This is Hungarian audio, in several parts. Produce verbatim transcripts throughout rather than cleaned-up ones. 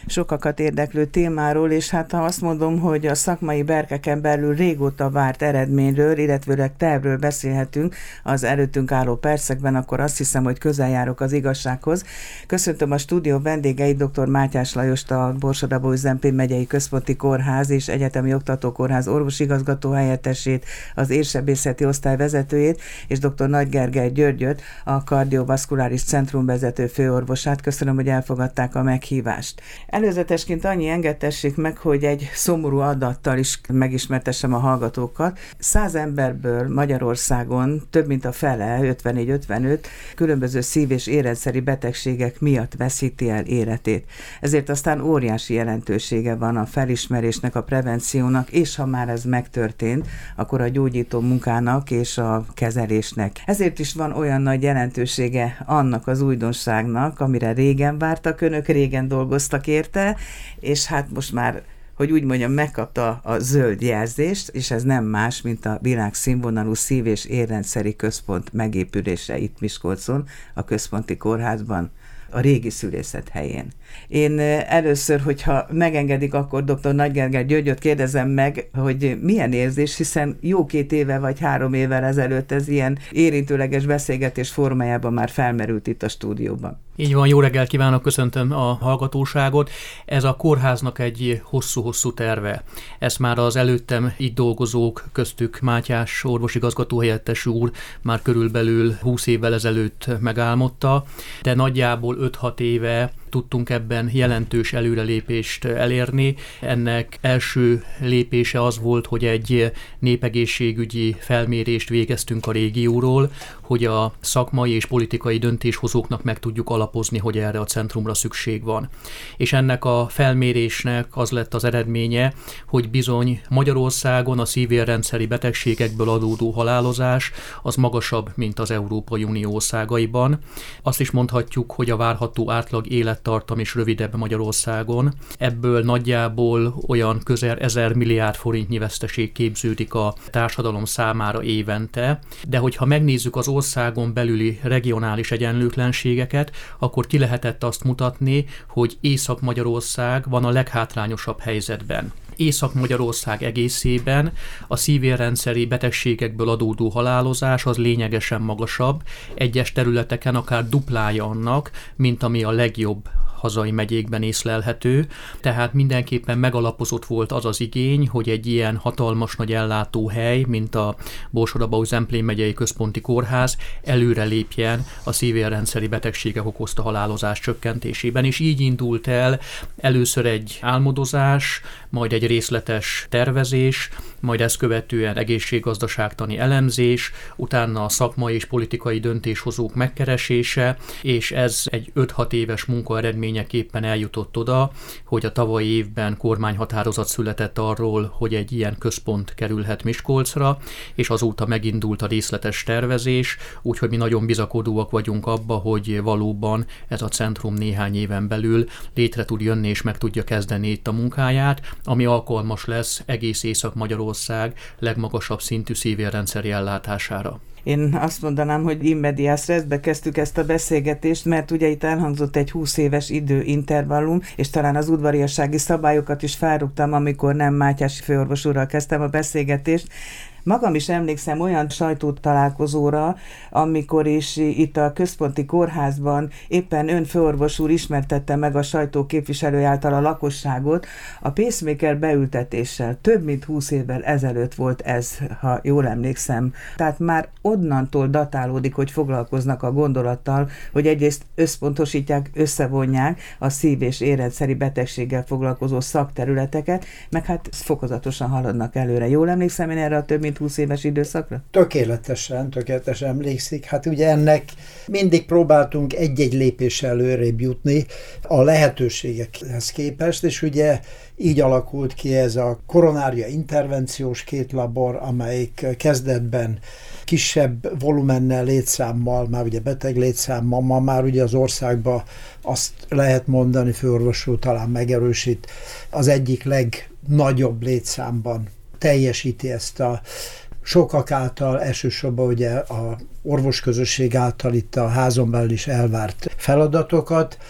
sokakat érdeklő témáról, és hát ha azt mondom, hogy a szakmai berkeken belül régóta várt eredményről, illetőleg tervről beszélhetünk az előttünk álló percekben, akkor azt hiszem, hogy közel járok az igazsághoz. Köszöntöm a stúdió vendégeit, dr. Mátyás Lajost, a Borsod-Abaúj-Zemplén megyei központi kórház és egyetemi oktatókórház orvosigazgató helyettesét, az érsebészeti osztály vezetőjét, és dr. Nagy Gergely Györgyöt, a kardiovaszkuláris centrum vezető főorvosát. Köszönöm, hogy elfogadták a meghívást. Előzetesként annyi engedtessék meg, hogy egy szomorú adattal is megismertessem a hallgatókat. Száz emberből Magyarországon több mint a fele, ötvennégy-ötvenöt különböző szív- és érrendszeri betegségek miatt veszíti el életét. Ezért aztán óriási jelentősége van a felismerésnek, a prevenciónak, és ha már ez megtörtént, akkor a gyógyító munkának és a kezelésnek. Ezért is van olyan nagy jelentősége annak az újdonságnak, amire régen vártak önök, régen dolgoztak érte, és hát most már, hogy úgy mondjam, megkapta a zöld jelzést, és ez nem más, mint a világszínvonalú szív- és érrendszeri központ megépülése itt Miskolcon, a központi kórházban, a régi szülészet helyén. Én először, hogyha megengedik, akkor dr. Nagy Gergely Györgyöt kérdezem meg, hogy milyen érzés, hiszen jó két éve vagy három évvel ezelőtt ez ilyen érintőleges beszélgetés formájában már felmerült itt a stúdióban. Így van, jó reggelt kívánok, köszöntöm a hallgatóságot. Ez a kórháznak egy hosszú-hosszú terve. Ezt már az előttem itt dolgozók, köztük Mátyás orvosigazgató helyettes úr már körülbelül húsz évvel ezelőtt megálmodta, de nagyjából öt-hat éve tudtunk ebben jelentős előrelépést elérni. Ennek első lépése az volt, hogy egy népegészségügyi felmérést végeztünk a régióról, hogy a szakmai és politikai döntéshozóknak meg tudjuk alapozni, hogy erre a centrumra szükség van. És ennek a felmérésnek az lett az eredménye, hogy bizony Magyarországon a szív-érrendszeri betegségekből adódó halálozás az magasabb, mint az Európai Unió országaiban. Azt is mondhatjuk, hogy a várható átlag élettartam is rövidebb Magyarországon. Ebből nagyjából olyan közel ezer milliárd forintnyi veszteség képződik a társadalom számára évente, de hogyha megnézzük az országon belüli regionális egyenlőtlenségeket, akkor ki lehetett azt mutatni, hogy Észak-Magyarország van a leghátrányosabb helyzetben. Észak-Magyarország egészében a szív-érrendszeri betegségekből adódó halálozás az lényegesen magasabb, egyes területeken akár duplája annak, mint ami a legjobb hazai megyékben észlelhető, tehát mindenképpen megalapozott volt az az igény, hogy egy ilyen hatalmas nagy ellátóhely, mint a Borsod-Abaúj-Zemplén megyei központi kórház előre lépjen a szív-érrendszeri betegségek okozta halálozás csökkentésében, és így indult el először egy álmodozás, majd egy részletes tervezés, majd ezt követően egészséggazdaságtani elemzés, utána a szakmai és politikai döntéshozók megkeresése, és ez egy öt-hat éves munka eredményeképpen eljutott oda, hogy a tavalyi évben kormányhatározat született arról, hogy egy ilyen központ kerülhet Miskolcra, és azóta megindult a részletes tervezés, úgyhogy mi nagyon bizakodóak vagyunk abba, hogy valóban ez a centrum néhány éven belül létre tud jönni és meg tudja kezdeni itt a munkáját, ami alkalmas lesz egész Észak-Magyarország legmagasabb szintű szív-érrendszeri ellátására. Én azt mondanám, hogy in medias resbe kezdtük ezt a beszélgetést, mert ugye itt elhangzott egy húsz éves időintervallum, és talán az udvariassági szabályokat is felrúgtam, amikor nem Mátyás főorvos úrral kezdtem a beszélgetést. Magam is emlékszem olyan sajtótalálkozóra, amikor is itt a központi kórházban éppen ön főorvos úr ismertette meg a sajtó képviselő által a lakosságot a pacemaker beültetéssel. Több mint húsz évvel ezelőtt volt ez, ha jól emlékszem. Tehát már onnantól datálódik, hogy foglalkoznak a gondolattal, hogy egyrészt összpontosítják, összevonják a szív- és érrendszeri betegséggel foglalkozó szakterületeket, meg hát fokozatosan haladnak előre. Jól emlékszem én erre a több mint húsz éves időszakra? Tökéletesen, tökéletesen emlékszik. Hát ugye ennek mindig próbáltunk egy-egy lépéssel előrébb jutni a lehetőségekhez képest, és ugye így alakult ki ez a koronária intervenciós két labor, amelyik kezdetben kisebb volumennel, létszámmal, már ugye beteg létszámmal, ma már ugye az országban azt lehet mondani, főorvos úr talán megerősít, az egyik legnagyobb létszámban teljesíti ezt a sokak által, elsősorban ugye a orvosközösség által itt a házon belül is elvárt feladatokat.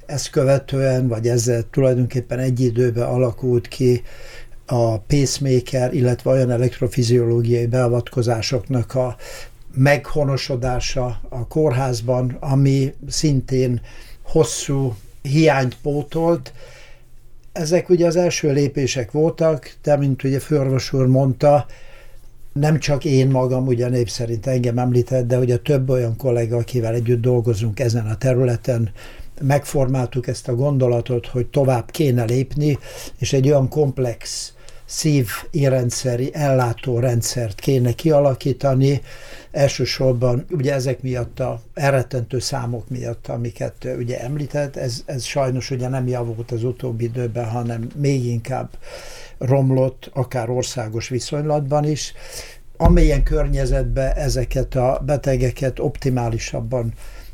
Ezt követően, vagy ezzel tulajdonképpen egy időben alakult ki a pacemaker, illetve olyan elektrofiziológiai beavatkozásoknak a meghonosodása a kórházban, ami szintén hosszú hiányt pótolt. Ezek ugye az első lépések voltak, de mint ugye főorvos úr mondta, nem csak én magam, ugye név szerint engem említett, de ugye több olyan kollega, akivel együtt dolgozunk ezen a területen, megformáltuk ezt a gondolatot, hogy tovább kéne lépni, és egy olyan komplex szív-érrendszeri ellátórendszert kéne kialakítani, elsősorban ugye ezek miatt a elrettentő számok miatt, amiket ugye említett, ez, ez sajnos ugye nem javult az utóbbi időben, hanem még inkább romlott, akár országos viszonylatban is, amilyen környezetben ezeket a betegeket optimálisabban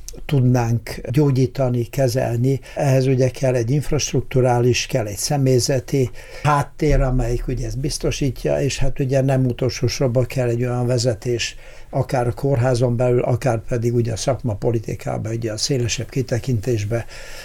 tudnánk gyógyítani, kezelni. Ehhez ugye kell egy infrastrukturális, kell egy személyzeti háttér, amelyik ugye ezt biztosítja, és hát ugye nem utolsó sorban kell egy olyan vezetés, akár a kórházon belül, akár pedig ugye a szakmapolitikában, ugye a szélesebb kitekintésben,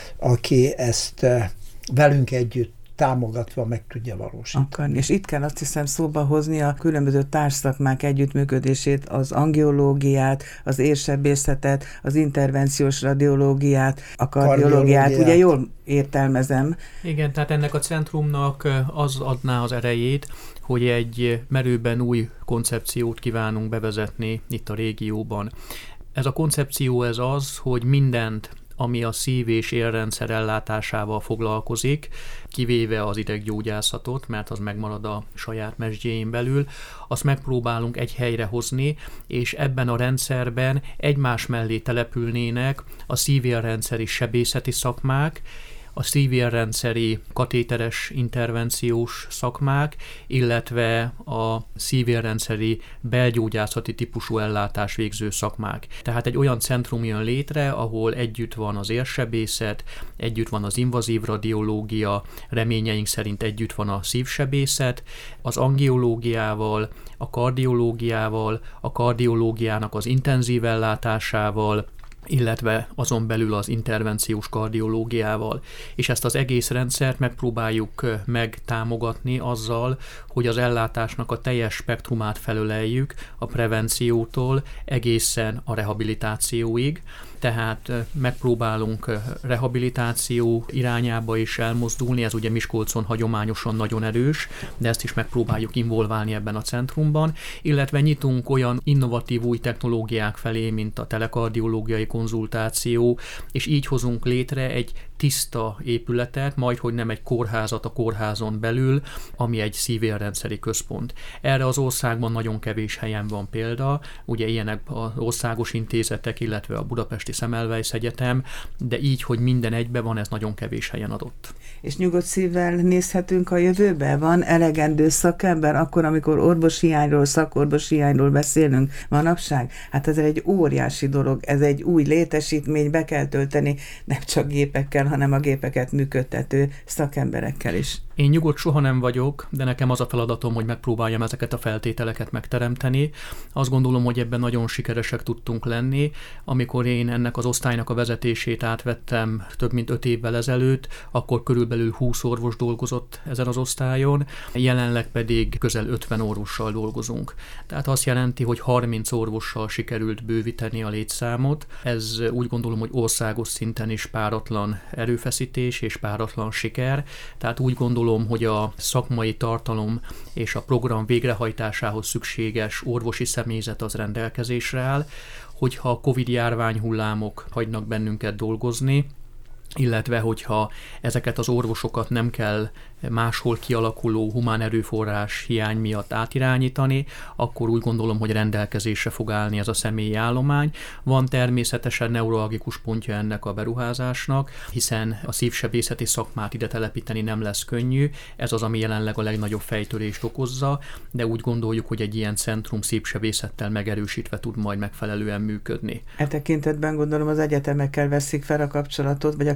aki ezt velünk együtt támogatva meg tudja valósítani. Akar. És itt kell azt hiszem szóba hozni a különböző társszakmák együttműködését, az angiológiát, az érsebészetet, az intervenciós radiológiát, a kardiológiát. kardiológiát. Ugye jól értelmezem? Igen, tehát ennek a centrumnak az adná az erejét, hogy egy merőben új koncepciót kívánunk bevezetni itt a régióban. Ez a koncepció ez az, hogy mindent, ami a szív- és érrendszer ellátásával foglalkozik, kivéve az ideggyógyászatot, mert az megmarad a saját mesdjéjén belül, azt megpróbálunk egy helyre hozni, és ebben a rendszerben egymás mellé települnének a szív-érrendszeri sebészeti szakmák, a szív-érrendszeri katéteres intervenciós szakmák, illetve a szív-érrendszeri belgyógyászati típusú ellátás végző szakmák. Tehát egy olyan centrum jön létre, ahol együtt van az érsebészet, együtt van az invazív radiológia, reményeink szerint együtt van a szívsebészet, az angiológiával, a kardiológiával, a kardiológiának az intenzív ellátásával, illetve azon belül az intervenciós kardiológiával. És ezt az egész rendszert megpróbáljuk megtámogatni azzal, hogy az ellátásnak a teljes spektrumát felöleljük a prevenciótól egészen a rehabilitációig. Tehát megpróbálunk rehabilitáció irányába is elmozdulni, ez ugye Miskolcon hagyományosan nagyon erős, de ezt is megpróbáljuk involválni ebben a centrumban, illetve nyitunk olyan innovatív új technológiák felé, mint a telekardiológiai konzultáció, és így hozunk létre egy tiszta épületet, majdhogy nem egy kórházat a kórházon belül, ami egy szív-érrendszeri központ. Erre az országban nagyon kevés helyen van példa, ugye ilyenek az országos intézetek, illetve a Budapesti Semmelweis Egyetem, de így, hogy minden egybe van, ez nagyon kevés helyen adott. És nyugodt szívvel nézhetünk a jövőbe? Van elegendő szakember, akkor, amikor orvoshiányról, szakorvoshiányról beszélünk manapság? Hát ez egy óriási dolog, ez egy új létesítmény, be kell tölteni nem csak gépekkel, hanem a gépeket működtető szakemberekkel is. Én nyugodt soha nem vagyok, de nekem az a feladatom, hogy megpróbáljam ezeket a feltételeket megteremteni. Azt gondolom, hogy ebben nagyon sikeresek tudtunk lenni. Amikor én ennek az osztálynak a vezetését átvettem több mint öt évvel ezelőtt, akkor körülbelül húsz orvos dolgozott ezen az osztályon, jelenleg pedig közel ötven orvossal dolgozunk. Tehát azt jelenti, hogy harminc orvossal sikerült bővíteni a létszámot. Ez úgy gondolom, hogy országos szinten is páratlan erőfeszítés és páratlan siker. Tehát úgy gondolom, hogy a szakmai tartalom és a program végrehajtásához szükséges orvosi személyzet az rendelkezésre áll, hogyha a Covid járványhullámok hagynak bennünket dolgozni, illetve hogyha ezeket az orvosokat nem kell máshol kialakuló humán erőforrás hiány miatt átirányítani, akkor úgy gondolom, hogy rendelkezésre fog állni ez a személyi állomány. Van természetesen neuralgikus pontja ennek a beruházásnak, hiszen a szívsebészeti szakmát ide telepíteni nem lesz könnyű, ez az, ami jelenleg a legnagyobb fejtörést okozza, de úgy gondoljuk, hogy egy ilyen centrum szívsebészettel megerősítve tud majd megfelelően működni. E tekintetben gondolom az egyetemekkel veszik fel a kapcsolatot, vagy a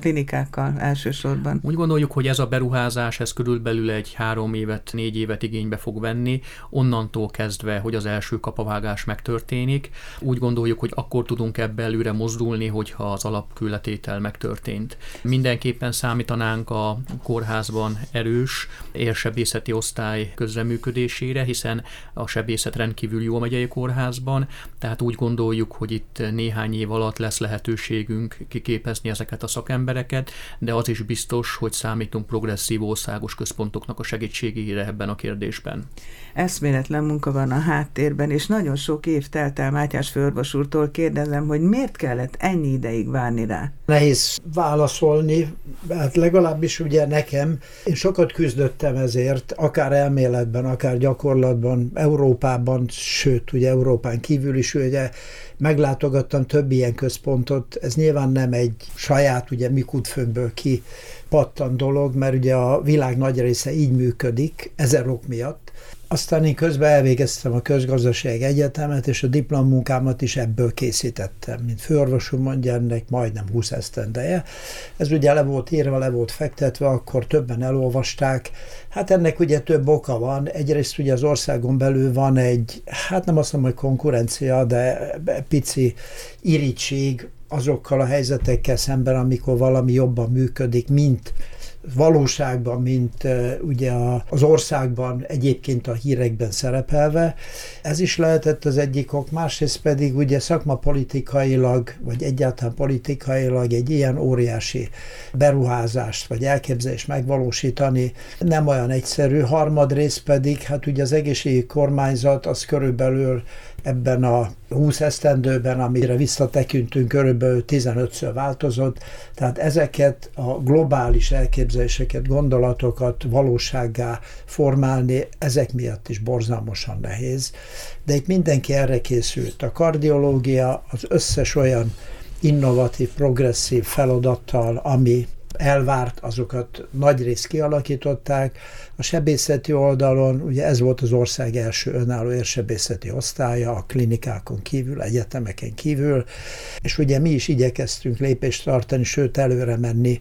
klinikákkal elsősorban? Úgy gondoljuk, hogy ez a beruházás, ez körülbelül egy három évet, négy évet igénybe fog venni, onnantól kezdve, hogy az első kapavágás megtörténik. Úgy gondoljuk, hogy akkor tudunk ebbe előre mozdulni, hogyha az alapkőletétel megtörtént. Mindenképpen számítanánk a kórházban erős érsebészeti osztály közreműködésére, hiszen a sebészet rendkívül jó a megyei kórházban, tehát úgy gondoljuk, hogy itt néhány év alatt lesz lehetőségünk kiképezni ezeket a szakembereket, de az is biztos, hogy számítunk progresszív országos központoknak a segítségére ebben a kérdésben. Eszméletlen munka van a háttérben, és nagyon sok év telt el Mátyás főorvos úrtól. Kérdezem, hogy miért kellett ennyi ideig várni rá? Nehéz válaszolni, hát legalábbis ugye nekem, én sokat küzdöttem ezért, akár elméletben, akár gyakorlatban, Európában, sőt, ugye Európán kívül is, ugye meglátogattam több ilyen központot, ez nyilván nem egy saját, ugye mi kútfőnkből kipattant dolog, mert ugye a világ nagy része így működik, ezer ok miatt. Aztán én közben elvégeztem a Közgazdasági Egyetemet, és a diplomunkámat is ebből készítettem. Mint főorvos úr mondja, ennek majdnem húsz esztendeje. Ez ugye le volt írva, le volt fektetve, akkor többen elolvasták. Hát ennek ugye több oka van. Egyrészt ugye az országon belül van egy, hát nem azt mondom, hogy konkurencia, de pici irigység azokkal a helyzetekkel szemben, amikor valami jobban működik, mint valóságban, mint uh, ugye a, az országban egyébként a hírekben szerepelve. Ez is lehetett az egyik ok, másrészt pedig ugye szakmapolitikailag, vagy egyáltalán politikailag egy ilyen óriási beruházást, vagy elképzelést megvalósítani nem olyan egyszerű. Harmadrészt pedig, hát ugye az egészségügyi kormányzat az körülbelül ebben a húsz esztendőben, amire visszatekintünk, körülbelül tizenötször változott, tehát ezeket a globális elképzeléseket, gondolatokat valósággá formálni, ezek miatt is borzalmasan nehéz. De itt mindenki erre készült. A kardiológia az összes olyan innovatív, progresszív feladattal, ami elvárt, azokat nagyrészt kialakították. A sebészeti oldalon, ugye ez volt az ország első önálló érsebészeti osztálya, a klinikákon kívül, egyetemeken kívül, és ugye mi is igyekeztünk lépést tartani, sőt előre menni,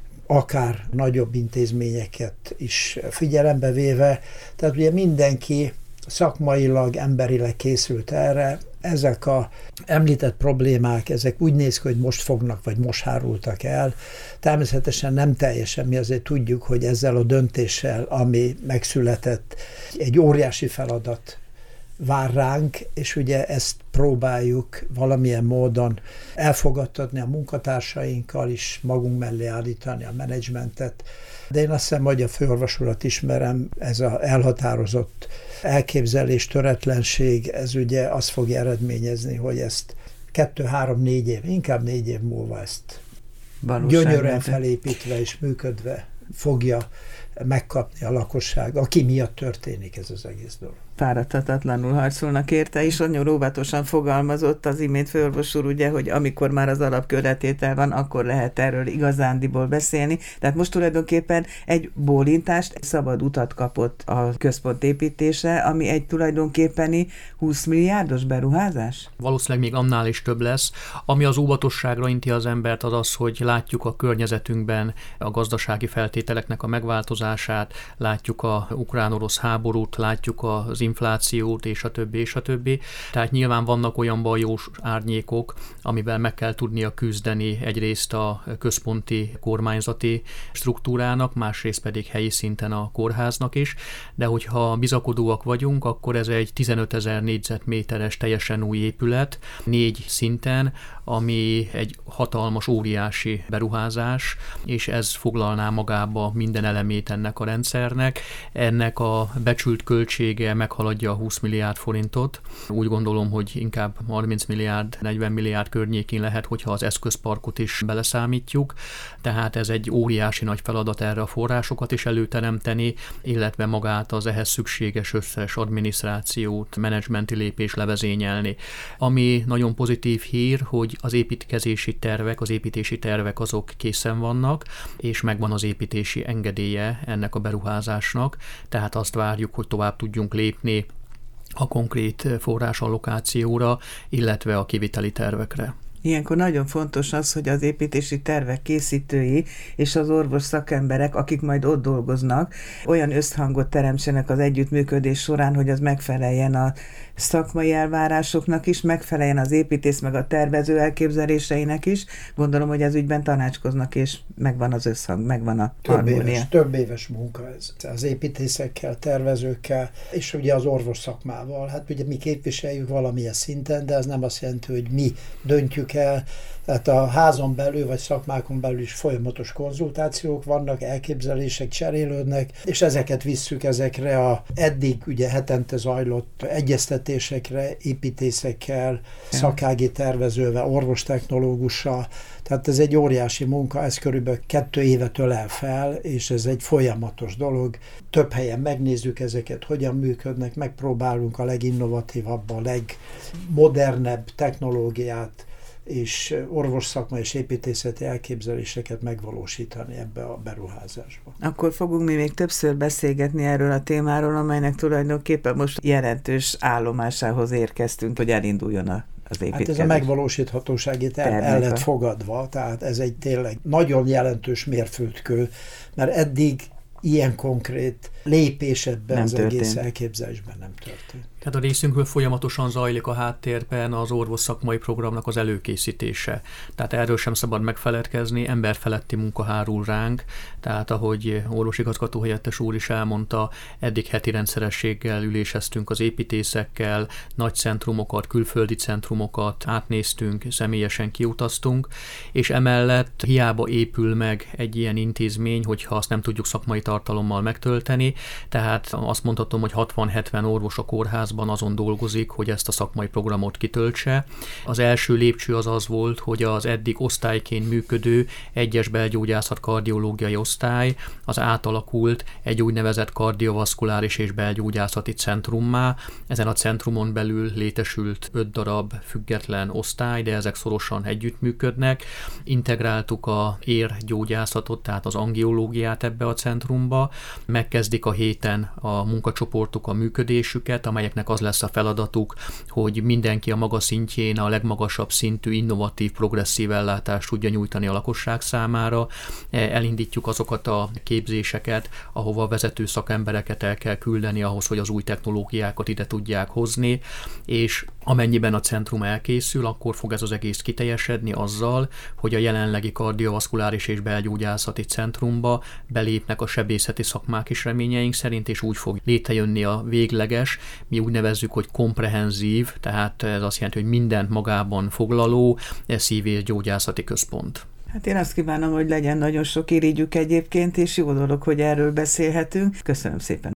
akár nagyobb intézményeket is figyelembe véve. Tehát ugye mindenki szakmailag, emberileg készült erre. Ezek a említett problémák, ezek úgy néz ki, hogy most fognak, vagy most hárultak el. Természetesen nem teljesen, mi azért tudjuk, hogy ezzel a döntéssel, ami megszületett, egy óriási feladat vár ránk, és ugye ezt próbáljuk valamilyen módon elfogadtatni a munkatársainkkal is, magunk mellé állítani a menedzsmentet. De én azt hiszem, hogy a főorvos urat ismerem, ez az elhatározott elképzelés, töretlenség, ez ugye azt fogja eredményezni, hogy ezt kettő, három, négy év, inkább négy év múlva ezt gyönyörűen felépítve és működve fogja megkapni a lakosság, aki miatt történik ez az egész dolog. Fáradhatatlanul harcolnak érte, és nagyon óvatosan fogalmazott az imént főorvos úr, ugye, hogy amikor már az alapkőletétel van, akkor lehet erről igazándiból beszélni. Tehát most tulajdonképpen egy bólintást, egy szabad utat kapott a központ építése, ami egy tulajdonképpeni húsz milliárdos beruházás? Valószínűleg még annál is több lesz. Ami az óvatosságra inti az embert, az az, hogy látjuk a környezetünkben a gazdasági feltételeknek a megváltozását, látjuk a ukrán-orosz háborút, látjuk az inflációt, és a többi, és a többi. Tehát nyilván vannak olyan bajós árnyékok, amivel meg kell tudnia küzdeni egyrészt a központi kormányzati struktúrának, másrészt pedig helyi szinten a kórháznak is, de hogyha bizakodóak vagyunk, akkor ez egy tizenötezer négyzetméteres teljesen új épület, négy szinten, ami egy hatalmas, óriási beruházás, és ez foglalná magába minden elemét ennek a rendszernek. Ennek a becsült költsége meghaladja a húsz milliárd forintot. Úgy gondolom, hogy inkább harminc milliárd, negyven milliárd környékén lehet, hogyha az eszközparkot is beleszámítjuk. Tehát ez egy óriási nagy feladat erre a forrásokat is előteremteni, illetve magát az ehhez szükséges összes adminisztrációt, menedzsmenti lépés levezényelni. Ami nagyon pozitív hír, hogy az építkezési tervek, az építési tervek azok készen vannak, és megvan az építési engedélye ennek a beruházásnak, tehát azt várjuk, hogy tovább tudjunk lépni a konkrét forrásallokációra, illetve a kiviteli tervekre. Ilyenkor nagyon fontos az, hogy az építési tervek készítői és az orvos szakemberek, akik majd ott dolgoznak, olyan összhangot teremtsenek az együttműködés során, hogy az megfeleljen a szakmai elvárásoknak is, megfeleljen az építész meg a tervező elképzeléseinek is. Gondolom, hogy ez ügyben tanácskoznak, és megvan az összhang, megvan a több harmónia. Éves, több éves munka ez. Az építészekkel, tervezőkkel, és ugye az orvos szakmával. Hát ugye mi képviseljük valamilyen szinten, de ez nem azt jelenti, hogy mi döntjük el. Tehát a házon belül, vagy szakmákon belül is folyamatos konzultációk vannak, elképzelések cserélődnek, és ezeket visszük ezekre a eddig ugye hetente zajlott egyeztetésekre, építészekkel, szakági tervezővel, orvostechnológussal. Tehát ez egy óriási munka, ez körülbelül kettő évet ölel fel, és ez egy folyamatos dolog. Több helyen megnézzük ezeket, hogyan működnek, megpróbálunk a leginnovatívabb, a legmodernebb technológiát és orvosszakmai és építészeti elképzeléseket megvalósítani ebbe a beruházásba. Akkor fogunk mi még többször beszélgetni erről a témáról, amelynek tulajdonképpen most jelentős állomásához érkeztünk, hogy elinduljon a az építkezés. Hát ez a megvalósíthatósági terv el lett fogadva, tehát ez egy tényleg nagyon jelentős mérföldkő, mert eddig ilyen konkrét lépés ebben nem az történt. Egész elképzelésben nem történt. Tehát a részünkről folyamatosan zajlik a háttérben az orvos szakmai programnak az előkészítése. Tehát erről sem szabad megfeledkezni, emberfeletti munka hárul ránk, tehát ahogy orvosigazgató helyettes úr is elmondta, eddig heti rendszerességgel üléseztünk az építészekkel, nagy centrumokat, külföldi centrumokat átnéztünk, személyesen kiutaztunk, és emellett hiába épül meg egy ilyen intézmény, hogyha azt nem tudjuk szakmai tartalommal megtölteni, tehát azt mondhatom, hogy hatvan-hetven orvos a kórház azon dolgozik, hogy ezt a szakmai programot kitöltse. Az első lépcső az az volt, hogy az eddig osztályként működő egyes belgyógyászat kardiológiai osztály az átalakult egy úgynevezett kardiovaszkuláris és belgyógyászati centrummá. Ezen a centrumon belül létesült öt darab független osztály, de ezek szorosan együttműködnek. Integráltuk a érgyógyászatot, tehát az angiológiát ebbe a centrumba. Megkezdik a héten a munkacsoportok a működésüket, amelyeknek az lesz a feladatuk, hogy mindenki a maga szintjén a legmagasabb szintű innovatív, progresszív ellátást tudja nyújtani a lakosság számára. Elindítjuk azokat a képzéseket, ahova a vezető szakembereket el kell küldeni ahhoz, hogy az új technológiákat ide tudják hozni, és amennyiben a centrum elkészül, akkor fog ez az egész kiteljesedni azzal, hogy a jelenlegi kardiovaszkuláris és belgyógyászati centrumba belépnek a sebészeti szakmák is reményeink szerint, és úgy fog létrejönni a végleges, mi úgy nevezzük, hogy komprehenzív, tehát ez azt jelenti, hogy mindent magában foglaló szívészgyógyászati központ. Hát én azt kívánom, hogy legyen nagyon sok irigyük egyébként, és jó dolog, hogy erről beszélhetünk. Köszönöm szépen.